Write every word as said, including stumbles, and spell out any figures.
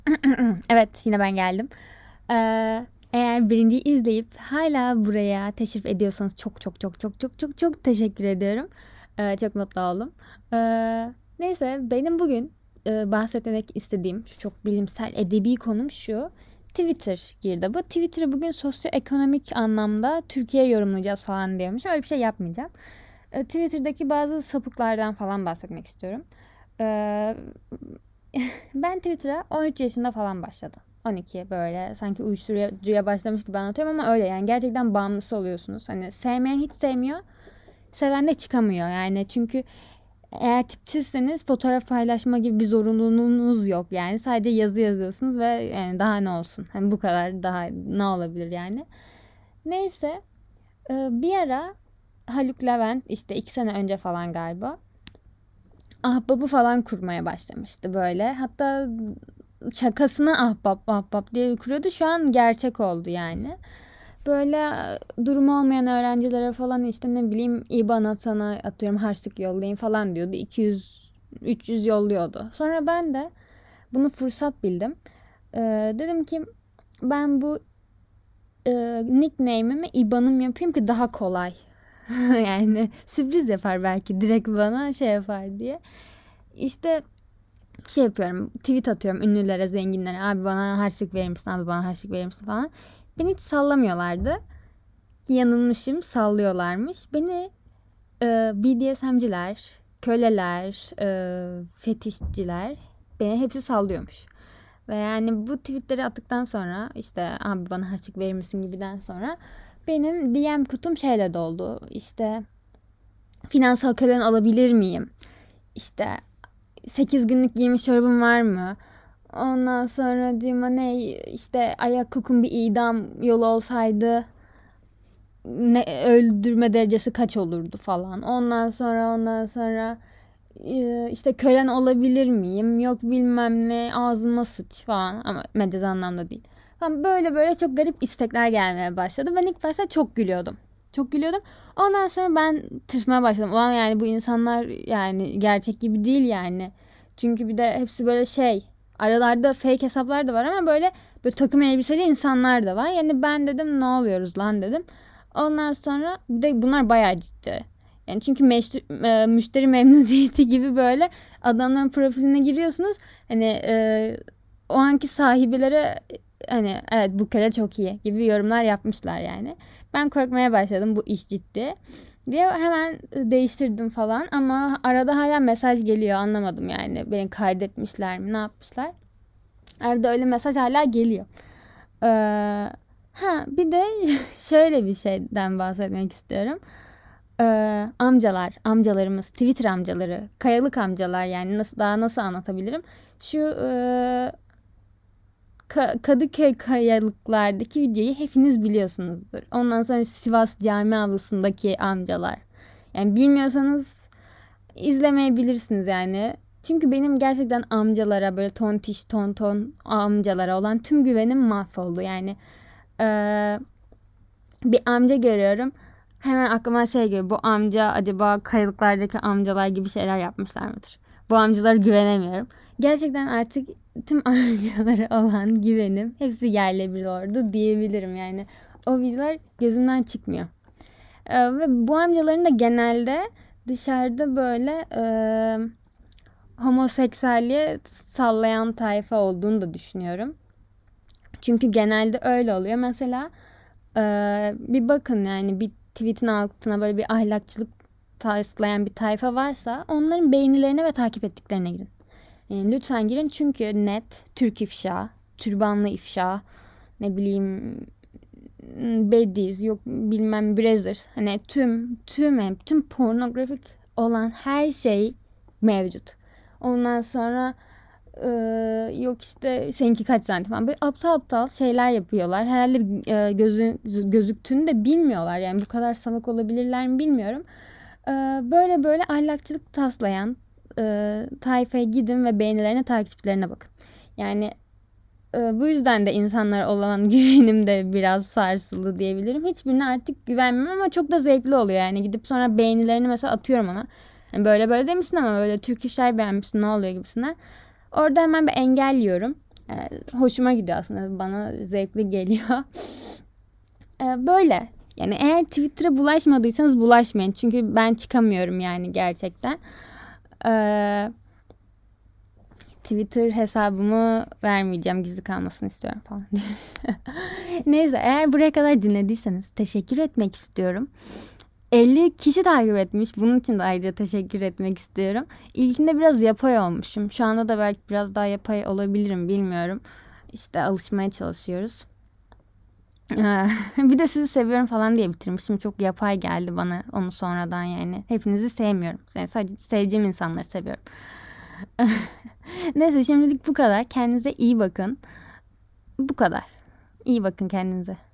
Evet, yine ben geldim. Ee, Eğer birinciyi izleyip hala buraya teşrif ediyorsanız çok çok çok çok çok çok çok teşekkür ediyorum. Ee, çok mutlu oldum. Ee, Neyse, benim bugün e, bahsetmek istediğim şu çok bilimsel edebi konum şu. Twitter girdabı. Twitter'ı bugün sosyoekonomik anlamda Türkiye'ye yorumlayacağız falan diyormuş. Öyle bir şey yapmayacağım. Ee, Twitter'daki bazı sapıklardan falan bahsetmek istiyorum. Ee, Ben Twitter'a on üç yaşında falan başladım. on iki, böyle sanki uyuşturucuya başlamış gibi anlatıyorum ama öyle yani, gerçekten bağımlısı oluyorsunuz. Hani sevmeyen hiç sevmiyor, seven de çıkamıyor yani, çünkü eğer tipsizseniz fotoğraf paylaşma gibi bir zorunluluğunuz yok yani, sadece yazı yazıyorsunuz ve yani daha ne olsun, hani bu kadar, daha ne olabilir yani. Neyse, e, bir ara Haluk Levent, işte iki sene önce falan galiba, ahbabı falan kurmaya başlamıştı böyle. Hatta şakasına ahbap ahbap diye kuruyordu. Şu an gerçek oldu yani. Böyle durumu olmayan öğrencilere falan, işte ne bileyim, İban atana atıyorum harçlık yollayın falan diyordu. iki yüz üç yüz yolluyordu. Sonra ben de bunu fırsat bildim. Ee, dedim ki ben bu e, nickname'imi İban'ım yapayım ki daha kolay. Yani sürpriz yapar belki, direkt bana şey yapar diye. İşte şey yapıyorum, tweet atıyorum ünlülere, zenginlere, abi bana harçlık verir misin, abi bana harçlık verir misin falan. Beni hiç sallamıyorlardı ki yanılmışım, sallıyorlarmış beni. e, B D S M'ciler, köleler, e, fetişçiler, beni hepsi sallıyormuş. Ve yani bu tweetleri attıktan sonra, işte abi bana harçlık verir misin gibiden sonra, benim D M kutum şeyle doldu. İşte finansal kölen alabilir miyim? İşte sekiz günlük giymiş çorabım var mı? Ondan sonra cima ne, işte ayak kokun bir idam yolu olsaydı ne öldürme derecesi kaç olurdu falan. Ondan sonra ondan sonra e, işte kölen olabilir miyim? Yok bilmem ne, ağzıma sıç falan, ama mecaz anlamda değil. Falan, böyle böyle çok garip istekler gelmeye başladı. Ben ilk başta çok gülüyordum. Çok gülüyordum. Ondan sonra ben tırsmaya başladım. Ulan yani bu insanlar yani gerçek gibi değil yani. Çünkü bir de hepsi böyle şey. Aralarda fake hesaplar da var ama böyle böyle takım elbiseli insanlar da var. Yani ben dedim ne oluyoruz lan dedim. Ondan sonra bir de bunlar bayağı ciddi. Yani çünkü meşru, e, müşteri memnuniyeti gibi böyle adamların profiline giriyorsunuz. Hani e, o anki sahibilere, hani evet bu köle çok iyi gibi yorumlar yapmışlar yani. Ben korkmaya başladım, bu iş ciddi diye hemen değiştirdim falan, ama arada hala mesaj geliyor, anlamadım yani, beni kaydetmişler mi, ne yapmışlar. Arada öyle mesaj hala geliyor. Ee, ha bir de şöyle bir şeyden bahsetmek istiyorum. Ee, amcalar, amcalarımız, Twitter amcaları, kayalık amcalar, yani nasıl, daha nasıl anlatabilirim? Şu e, Ka- Kadıköy kayalıklardaki videoyu hepiniz biliyorsunuzdur. Ondan sonra Sivas Cami avlusundaki amcalar. Yani bilmiyorsanız izlemeyebilirsiniz yani. Çünkü benim gerçekten amcalara, böyle tontiş tonton amcalara olan tüm güvenim mahvoldu. Yani eee, bir amca görüyorum, hemen aklıma şey geliyor. Bu amca acaba kayalıklardaki amcalar gibi şeyler yapmışlar mıdır? Bu amcalara güvenemiyorum. Gerçekten artık tüm amcalara olan güvenim hepsi yerle bir oldu diyebilirim yani. O videolar gözümden çıkmıyor. Ee, ve bu amcaların da genelde dışarıda böyle e, homoseksüelliğe sallayan tayfa olduğunu da düşünüyorum. Çünkü genelde öyle oluyor. Mesela e, bir bakın yani, bir tweetin altına böyle bir ahlakçılık taslayan bir tayfa varsa onların beğenilerine ve takip ettiklerine girin. Yani lütfen girin, çünkü net Türk ifşa, türbanlı ifşa, ne bileyim Bediz, yok bilmem Brazzers, hani tüm tüm tüm pornografik olan her şey mevcut. Ondan sonra e, yok işte seninki kaç santim falan, böyle aptal aptal şeyler yapıyorlar. Herhalde e, gözü, gözüktüğünü de bilmiyorlar, yani bu kadar salak olabilirler mi bilmiyorum. E, böyle böyle ahlakçılık taslayan e, tayfaya gidin ve beğenilerine, takipçilerine bakın. Yani ee, bu yüzden de insanlara olan güvenim de biraz sarsıldı diyebilirim. Hiçbirine artık güvenmiyorum ama çok da zevkli oluyor yani. Gidip sonra beğenilerini mesela atıyorum ona. Yani böyle böyle demişsin ama böyle Türk işler beğenmişsin, ne oluyor gibisinden. Orada hemen bir engelliyorum. Ee, hoşuma gidiyor aslında. Bana zevkli geliyor. Ee, böyle. Yani eğer Twitter'a bulaşmadıysanız bulaşmayın. Çünkü ben çıkamıyorum yani gerçekten. Ee, Twitter hesabımı vermeyeceğim. Gizli kalmasını istiyorum falan. Neyse, eğer buraya kadar dinlediyseniz teşekkür etmek istiyorum. elli kişi takip etmiş. Bunun için de ayrıca teşekkür etmek istiyorum. İlkinde biraz yapay olmuşum. Şu anda da belki biraz daha yapay olabilirim, bilmiyorum. İşte alışmaya çalışıyoruz. Bir de sizi seviyorum falan diye bitirmişim. Çok yapay geldi bana onu sonradan yani. Hepinizi sevmiyorum. Yani sadece sevdiğim insanları seviyorum. Neyse, şimdilik bu kadar. Kendinize iyi bakın. Bu kadar. İyi bakın kendinize.